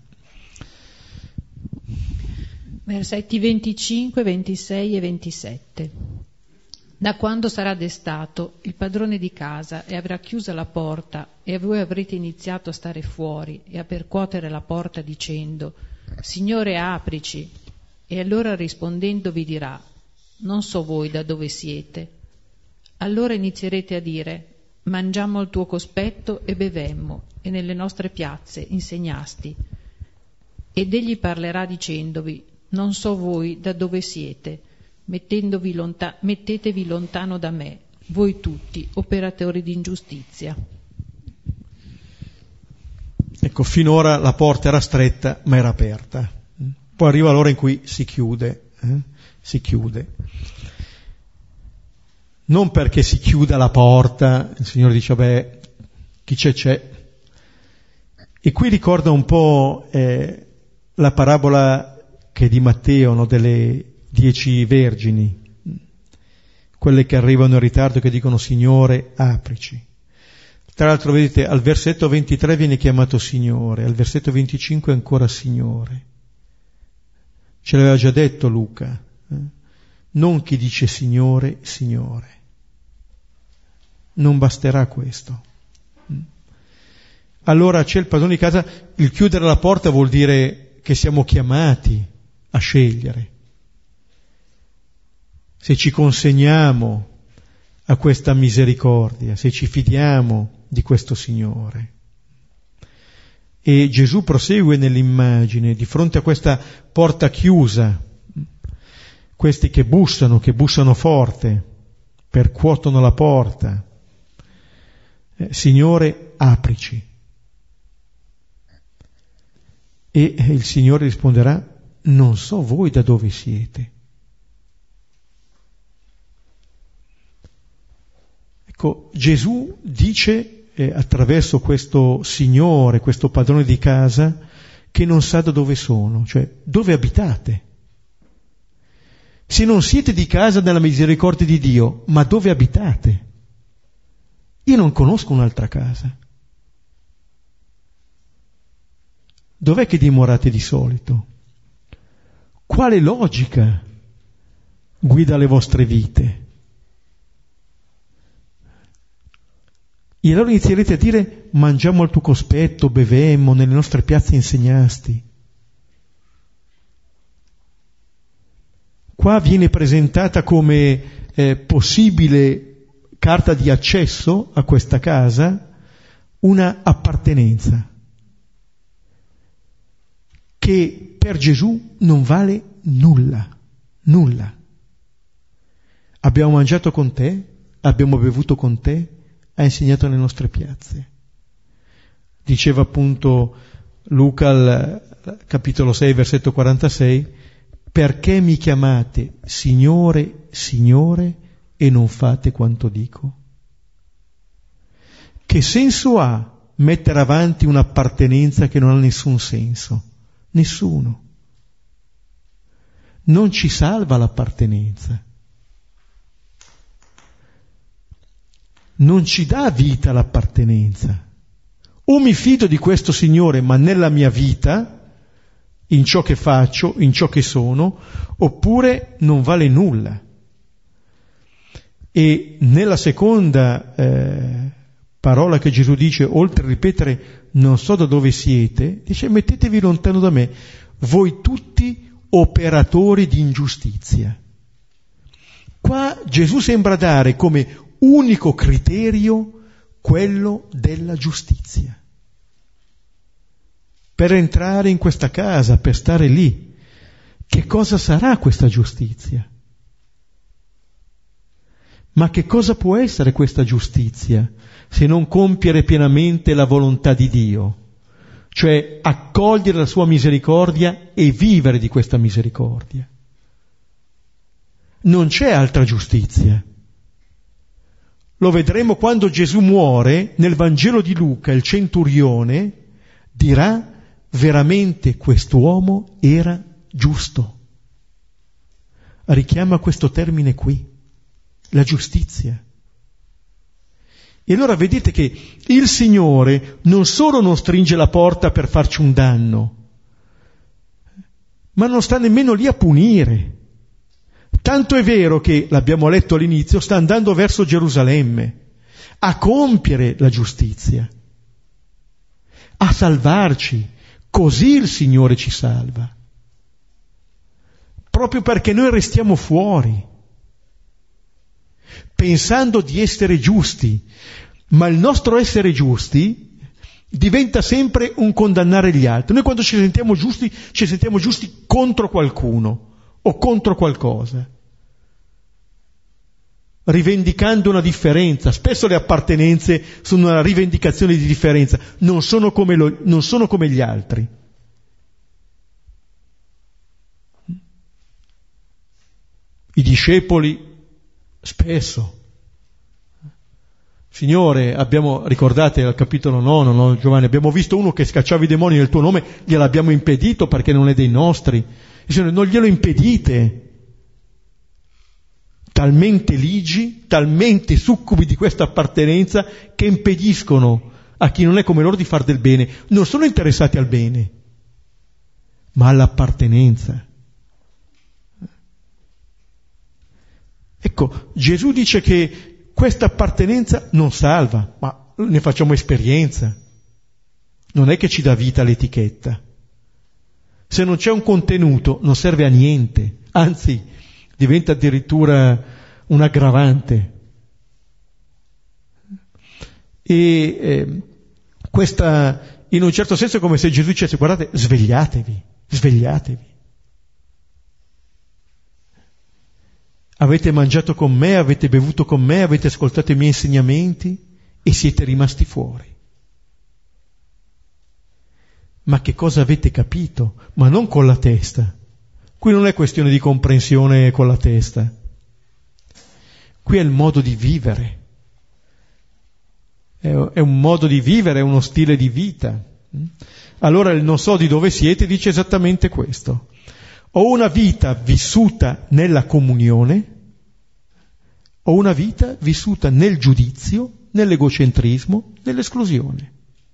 Versetti 25, 26 e 27. Da quando sarà destato il padrone di casa e avrà chiusa la porta e voi avrete iniziato a stare fuori e a percuotere la porta dicendo Signore aprici, e allora rispondendo vi dirà non so voi da dove siete, allora inizierete a dire mangiammo al tuo cospetto e bevemmo e nelle nostre piazze insegnasti, ed egli parlerà dicendovi non so voi da dove siete, mettetevi lontano da me, voi tutti, operatori di ingiustizia. Ecco, finora la porta era stretta, ma era aperta. Poi arriva l'ora in cui si chiude. Si chiude. Non perché si chiuda la porta, il Signore dice, vabbè, chi c'è. E qui ricorda un po' la parabola che è di Matteo, no, delle 10 vergini, quelle che arrivano in ritardo e che dicono Signore aprici. Tra l'altro vedete al versetto 23 viene chiamato Signore, al versetto 25 ancora Signore. Ce l'aveva già detto Luca, non chi dice Signore, Signore. Non basterà questo. Allora c'è il padrone di casa, il chiudere la porta vuol dire che siamo chiamati a scegliere. Se ci consegniamo a questa misericordia, se ci fidiamo di questo Signore. E Gesù prosegue nell'immagine, di fronte a questa porta chiusa, questi che bussano forte, percuotono la porta, Signore, aprici. E il Signore risponderà: non so voi da dove siete. Ecco, Gesù dice attraverso questo Signore, questo padrone di casa, che non sa da dove sono, cioè dove abitate. Se non siete di casa nella misericordia di Dio, ma dove abitate? Io non conosco un'altra casa. Dov'è che dimorate di solito? Quale logica guida le vostre vite? E allora inizierete a dire: mangiamo al tuo cospetto, bevemmo, nelle nostre piazze insegnasti. Qua viene presentata come possibile carta di accesso a questa casa una appartenenza che per Gesù non vale nulla, nulla. Abbiamo mangiato con te, abbiamo bevuto con te, ha insegnato nelle nostre piazze. Diceva appunto Luca al capitolo 6, versetto 46, perché mi chiamate Signore, Signore, e non fate quanto dico? Che senso ha mettere avanti un'appartenenza che non ha nessun senso? Nessuno. Non ci salva l'appartenenza. Non ci dà vita l'appartenenza. O mi fido di questo Signore, ma nella mia vita, in ciò che faccio, in ciò che sono, oppure non vale nulla. E nella seconda parola che Gesù dice, oltre a ripetere non so da dove siete, dice mettetevi lontano da me, voi tutti operatori di ingiustizia. Qua Gesù sembra dare come unico criterio quello della giustizia. Per entrare in questa casa, per stare lì, che cosa sarà questa giustizia? Ma che cosa può essere questa giustizia se non compiere pienamente la volontà di Dio, cioè accogliere la sua misericordia e vivere di questa misericordia? Non c'è altra giustizia. Lo vedremo quando Gesù muore, nel Vangelo di Luca, il centurione dirà: veramente quest'uomo era giusto. Richiama questo termine qui, la giustizia. E allora vedete che il Signore non solo non stringe la porta per farci un danno, ma non sta nemmeno lì a punire. Tanto è vero che, l'abbiamo letto all'inizio, sta andando verso Gerusalemme a compiere la giustizia, a salvarci. Così il Signore ci salva, proprio perché noi restiamo fuori, pensando di essere giusti, ma il nostro essere giusti diventa sempre un condannare gli altri. Noi quando ci sentiamo giusti contro qualcuno o contro qualcosa, rivendicando una differenza. Spesso le appartenenze sono una rivendicazione di differenza, non sono come gli altri. I discepoli spesso: Signore, ricordate al capitolo 9, no, Giovanni, abbiamo visto uno che scacciava i demoni nel tuo nome, gliel'abbiamo impedito perché non è dei nostri. Signore, non glielo impedite. Talmente ligi, talmente succubi di questa appartenenza che impediscono a chi non è come loro di far del bene. Non sono interessati al bene, ma all'appartenenza. Ecco, Gesù dice che questa appartenenza non salva, ma ne facciamo esperienza. Non è che ci dà vita l'etichetta. Se non c'è un contenuto non serve a niente, anzi diventa addirittura un aggravante. E questa, in un certo senso, è come se Gesù dicesse: guardate, svegliatevi. Avete mangiato con me, avete bevuto con me, avete ascoltato i miei insegnamenti e siete rimasti fuori. Ma che cosa avete capito? Ma non con la testa. Qui non è questione di comprensione con la testa. Qui è il modo di vivere. È un modo di vivere, è uno stile di vita. Allora il non so di dove siete dice esattamente questo. Ho una vita vissuta nella comunione, ho una vita vissuta nel giudizio, nell'egocentrismo, nell'esclusione.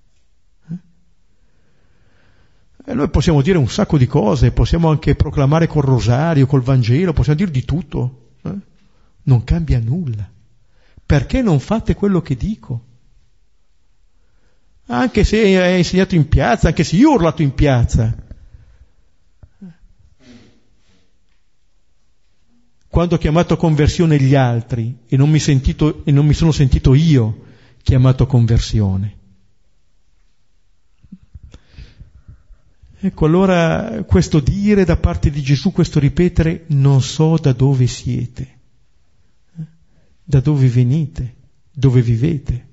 E noi possiamo dire un sacco di cose, possiamo anche proclamare col rosario, col Vangelo, possiamo dire di tutto. Non cambia nulla. Perché non fate quello che dico? Anche se hai insegnato in piazza, anche se io ho urlato in piazza. Quando ho chiamato a conversione gli altri e non mi sono sentito io chiamato a conversione. Ecco, allora questo dire da parte di Gesù, questo ripetere, non so da dove siete, da dove venite, dove vivete.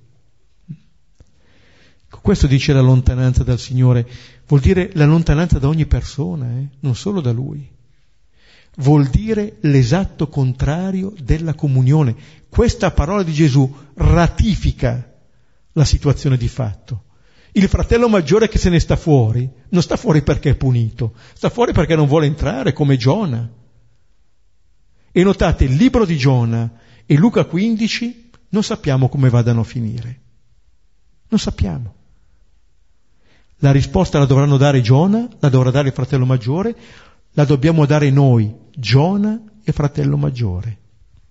Questo dice la lontananza dal Signore, vuol dire la lontananza da ogni persona, non solo da Lui. Vuol dire l'esatto contrario della comunione. Questa parola di Gesù ratifica la situazione di fatto. Il fratello maggiore che se ne sta fuori, non sta fuori perché è punito, sta fuori perché non vuole entrare, come Giona. E notate, il libro di Giona e Luca 15 non sappiamo come vadano a finire. Non sappiamo. La risposta la dovranno dare Giona, la dovrà dare il fratello maggiore, la dobbiamo dare noi, Giona e fratello maggiore.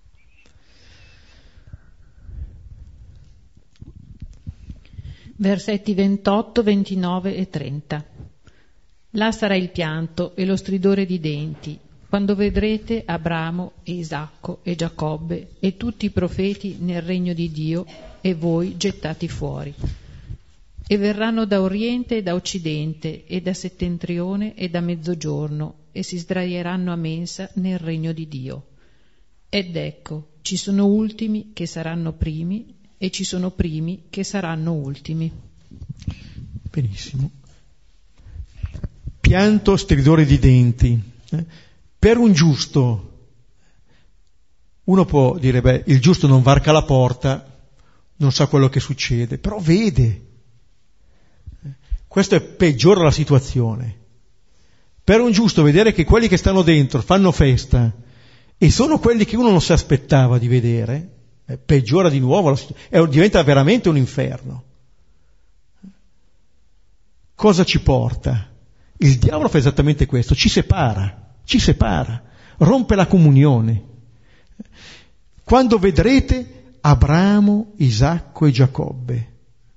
Versetti 28, 29 e 30. Là sarà il pianto e lo stridore di denti, quando vedrete Abramo e Isacco e Giacobbe e tutti i profeti nel regno di Dio e voi gettati fuori. E verranno da oriente e da occidente e da settentrione e da mezzogiorno e si sdraieranno a mensa nel regno di Dio. Ed ecco, ci sono ultimi che saranno primi e ci sono primi che saranno ultimi. Benissimo. Pianto, stridore di denti. Per un giusto, uno può dire, il giusto non varca la porta, non sa quello che succede, però vede. Questo peggiora la situazione. Per un giusto vedere che quelli che stanno dentro fanno festa e sono quelli che uno non si aspettava di vedere, peggiora di nuovo la situazione, diventa veramente un inferno. Cosa ci porta? Il diavolo fa esattamente questo, ci separa, rompe la comunione. Quando vedrete Abramo, Isacco e Giacobbe.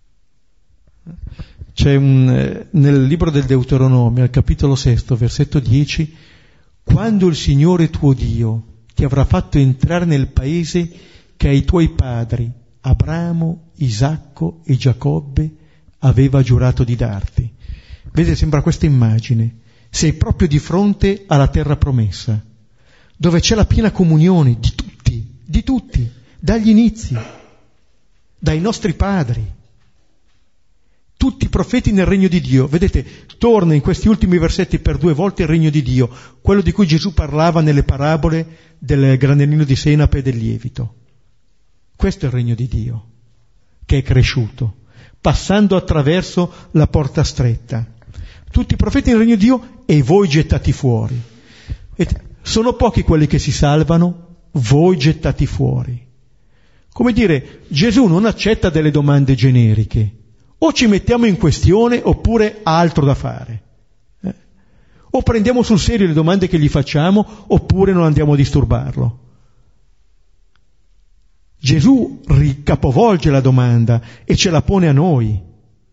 C'è nel libro del Deuteronomio, al capitolo 6, versetto 10, quando il Signore tuo Dio ti avrà fatto entrare nel paese che ai tuoi padri, Abramo, Isacco e Giacobbe, aveva giurato di darti. Vedete, sembra questa immagine. Sei proprio di fronte alla terra promessa, dove c'è la piena comunione di tutti, dagli inizi, dai nostri padri. Tutti i profeti nel regno di Dio. Vedete, torna in questi ultimi versetti per 2 volte il regno di Dio, quello di cui Gesù parlava nelle parabole del granellino di senape e del lievito. Questo è il regno di Dio, che è cresciuto, passando attraverso la porta stretta. Tutti i profeti nel regno di Dio e voi gettati fuori. Sono pochi quelli che si salvano, voi gettati fuori. Come dire, Gesù non accetta delle domande generiche. O ci mettiamo in questione oppure ha altro da fare. O prendiamo sul serio le domande che gli facciamo oppure non andiamo a disturbarlo. Gesù ricapovolge la domanda e ce la pone a noi.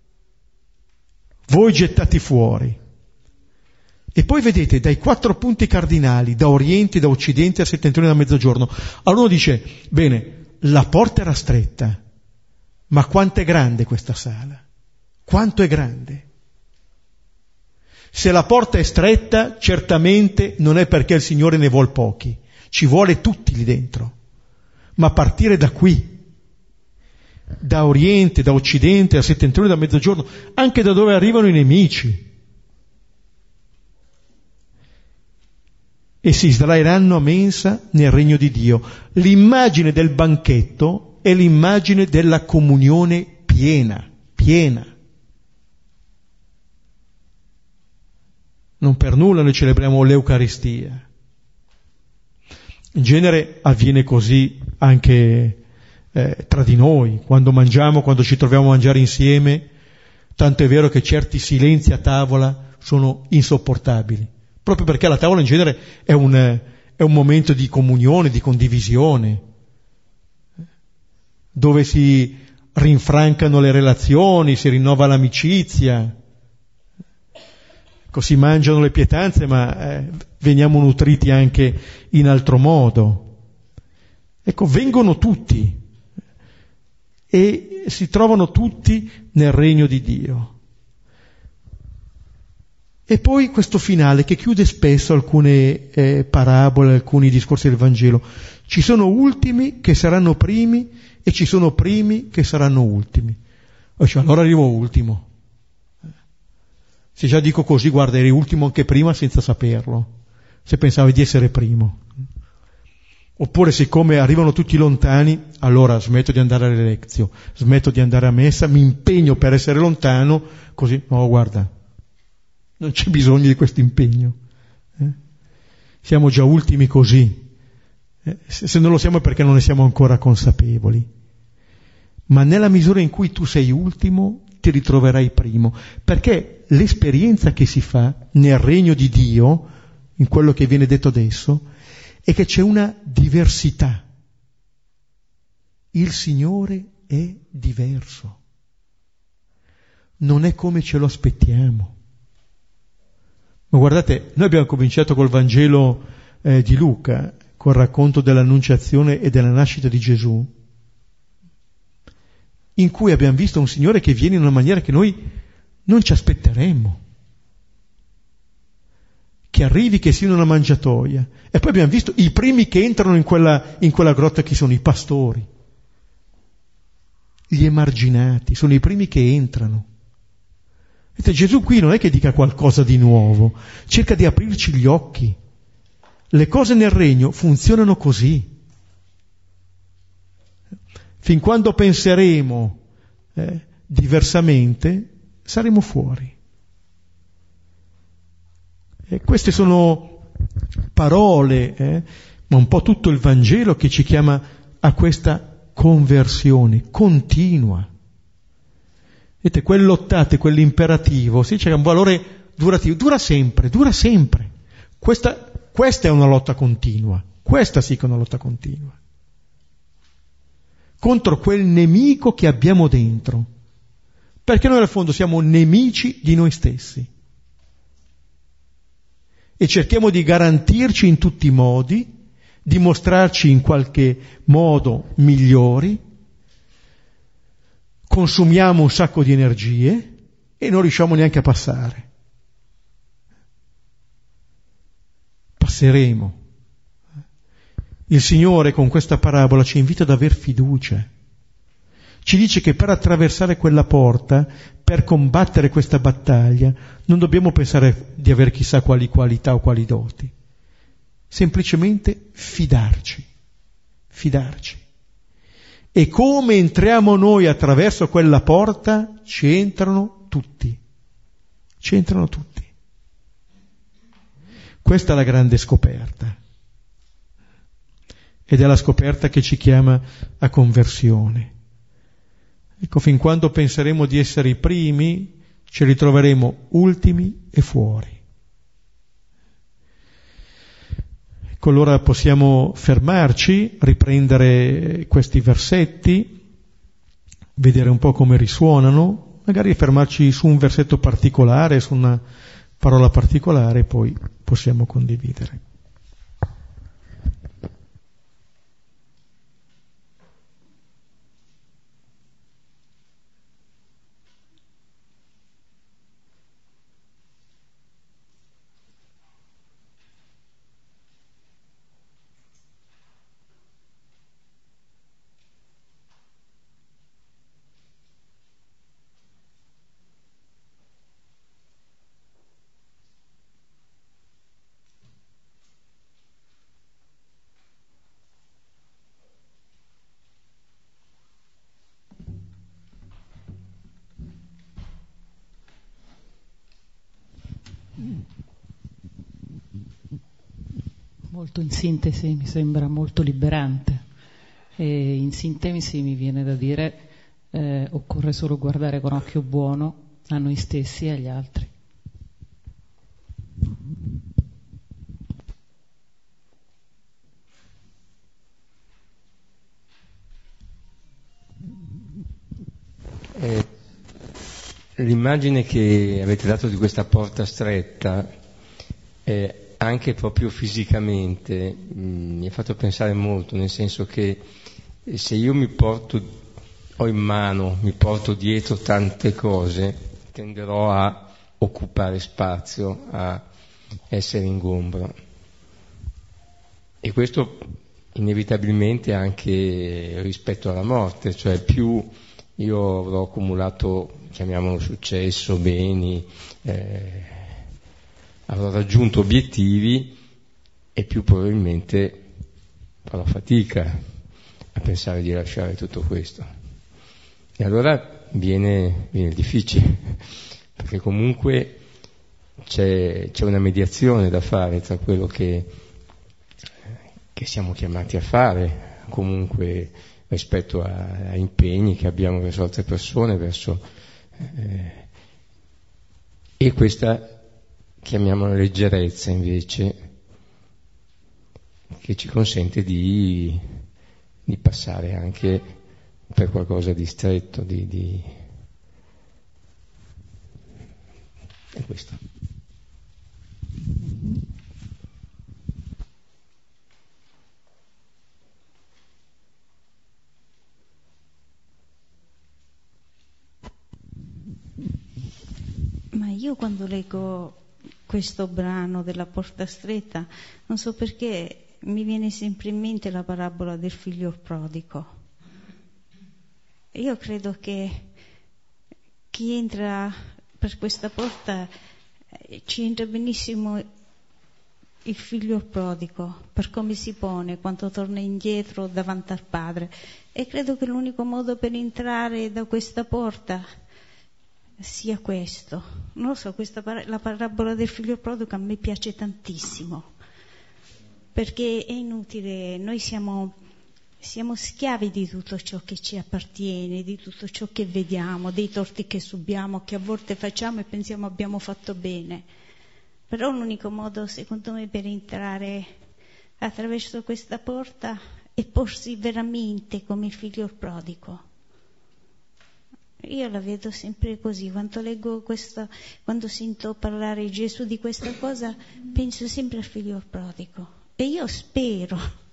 Voi gettati fuori. E poi vedete dai 4 punti cardinali, da oriente, da occidente, a settentrione e da mezzogiorno. Allora uno dice, bene, la porta era stretta. Ma quanto è grande questa sala? Quanto è grande? Se la porta è stretta, certamente non è perché il Signore ne vuol pochi, ci vuole tutti lì dentro. Ma a partire da qui, da oriente, da occidente, da settentrione, da mezzogiorno, anche da dove arrivano i nemici. E si sdraieranno a mensa nel regno di Dio. L'immagine del banchetto è l'immagine della comunione piena. Non per nulla noi celebriamo l'Eucaristia. In genere avviene così anche tra di noi, quando mangiamo, quando ci troviamo a mangiare insieme, tanto è vero che certi silenzi a tavola sono insopportabili, proprio perché la tavola in genere è un momento di comunione, di condivisione, dove si rinfrancano le relazioni, si rinnova l'amicizia, si mangiano le pietanze, ma veniamo nutriti anche in altro modo. Ecco, vengono tutti e si trovano tutti nel regno di Dio. E poi questo finale che chiude spesso alcune parabole, alcuni discorsi del Vangelo. Ci sono ultimi che saranno primi e ci sono primi che saranno ultimi. Cioè, allora arrivo ultimo. Se già dico così, guarda, eri ultimo anche prima senza saperlo, se pensavi di essere primo. Oppure siccome arrivano tutti lontani, allora smetto di andare alle lezioni, smetto di andare a messa, mi impegno per essere lontano, così, no, guarda, non c'è bisogno di questo impegno. Siamo già ultimi così. Se non lo siamo è perché non ne siamo ancora consapevoli. Ma nella misura in cui tu sei ultimo, ti ritroverai primo, perché l'esperienza che si fa nel regno di Dio, in quello che viene detto adesso, è che c'è una diversità. Il Signore è diverso. Non è come ce lo aspettiamo. Ma guardate, noi abbiamo cominciato col Vangelo di Luca, col racconto dell'annunciazione e della nascita di Gesù, in cui abbiamo visto un Signore che viene in una maniera che noi non ci aspetteremmo, che arrivi, che sia in una mangiatoia. E poi abbiamo visto i primi che entrano in quella grotta, chi sono? I pastori, gli emarginati, sono i primi che entrano. Vedete, Gesù qui non è che dica qualcosa di nuovo, cerca di aprirci gli occhi. Le cose nel regno funzionano così. Fin quando penseremo diversamente, saremo fuori. E queste sono parole, ma un po' tutto il Vangelo che ci chiama a questa conversione continua. Vedete, quell'ottate, quell'imperativo, si dice che è un valore durativo, dura sempre. Questa è una lotta continua, questa sì che è una lotta continua. Contro quel nemico che abbiamo dentro, perché noi al fondo siamo nemici di noi stessi e cerchiamo di garantirci in tutti i modi, di mostrarci in qualche modo migliori, consumiamo un sacco di energie e non riusciamo neanche a passare. Passeremo. Il Signore con questa parabola ci invita ad aver fiducia. Ci dice che per attraversare quella porta, per combattere questa battaglia, non dobbiamo pensare di avere chissà quali qualità o quali doti. Semplicemente fidarci. E come entriamo noi attraverso quella porta, ci entrano tutti. Questa è la grande scoperta. Ed è la scoperta che ci chiama a conversione. Ecco, fin quando penseremo di essere i primi, ci ritroveremo ultimi e fuori. Ecco, allora possiamo fermarci, riprendere questi versetti, vedere un po' come risuonano, magari fermarci su un versetto particolare, su una parola particolare, e poi possiamo condividere. Molto in sintesi, mi sembra molto liberante. E in sintesi mi viene da dire occorre solo guardare con occhio buono a noi stessi e agli altri. L'immagine che avete dato di questa porta stretta, anche proprio fisicamente, mi ha fatto pensare molto, nel senso che se io mi porto dietro tante cose, tenderò a occupare spazio, a essere ingombro. E questo inevitabilmente anche rispetto alla morte, cioè più io avrò accumulato, chiamiamolo successo, beni, avrò raggiunto obiettivi, e più probabilmente farò fatica a pensare di lasciare tutto questo. E allora viene difficile, perché comunque c'è una mediazione da fare tra quello che siamo chiamati a fare, comunque rispetto a impegni che abbiamo verso altre persone, e questa, chiamiamola leggerezza invece, che ci consente di passare anche per qualcosa di stretto, è questo. Ma io quando leggo questo brano della porta stretta, non so perché mi viene sempre in mente la parabola del figlio prodigo. Io credo che chi entra per questa porta ci entra benissimo il figlio prodigo, per come si pone quando torna indietro davanti al padre. E credo che l'unico modo per entrare da questa porta sia questo. Non lo so, la parabola del figlio prodigo a me piace tantissimo, perché è inutile, noi siamo schiavi di tutto ciò che ci appartiene, di tutto ciò che vediamo, dei torti che subiamo, che a volte facciamo e pensiamo abbiamo fatto bene. Però l'unico modo, secondo me, per entrare attraverso questa porta è porsi veramente come il figlio prodigo. Io la vedo sempre così, quando leggo questo, quando sento parlare Gesù di questa cosa, penso sempre al figlio prodigo. E io spero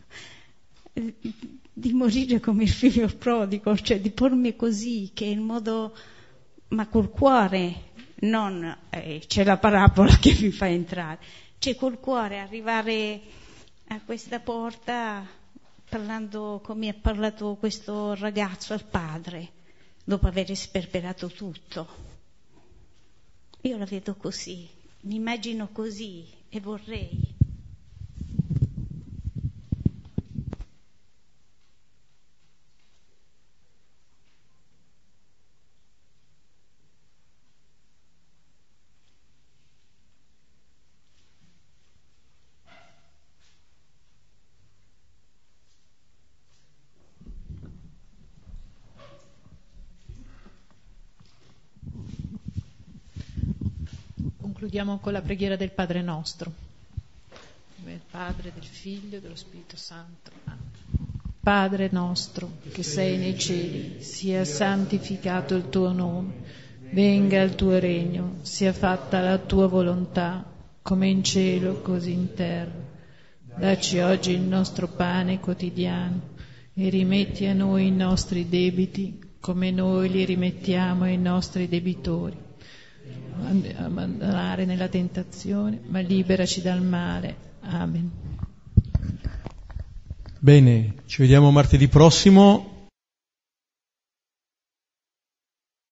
di morire come il figlio prodigo, cioè di pormi così, che è il modo, ma col cuore, non c'è la parabola che mi fa entrare, cioè col cuore arrivare a questa porta parlando come ha parlato questo ragazzo al padre, dopo aver sperperato tutto. Io la vedo così, mi immagino così e vorrei. Concludiamo con la preghiera del Padre nostro. Del Padre, del Figlio e dello Spirito Santo. Padre nostro, che sei nei cieli, sia santificato il tuo nome, venga il tuo regno, sia fatta la tua volontà, come in cielo così in terra. Dacci oggi il nostro pane quotidiano e rimetti a noi i nostri debiti, come noi li rimettiamo ai nostri debitori. Abbandonare nella tentazione, ma liberaci dal male. Amen. Bene, ci vediamo martedì prossimo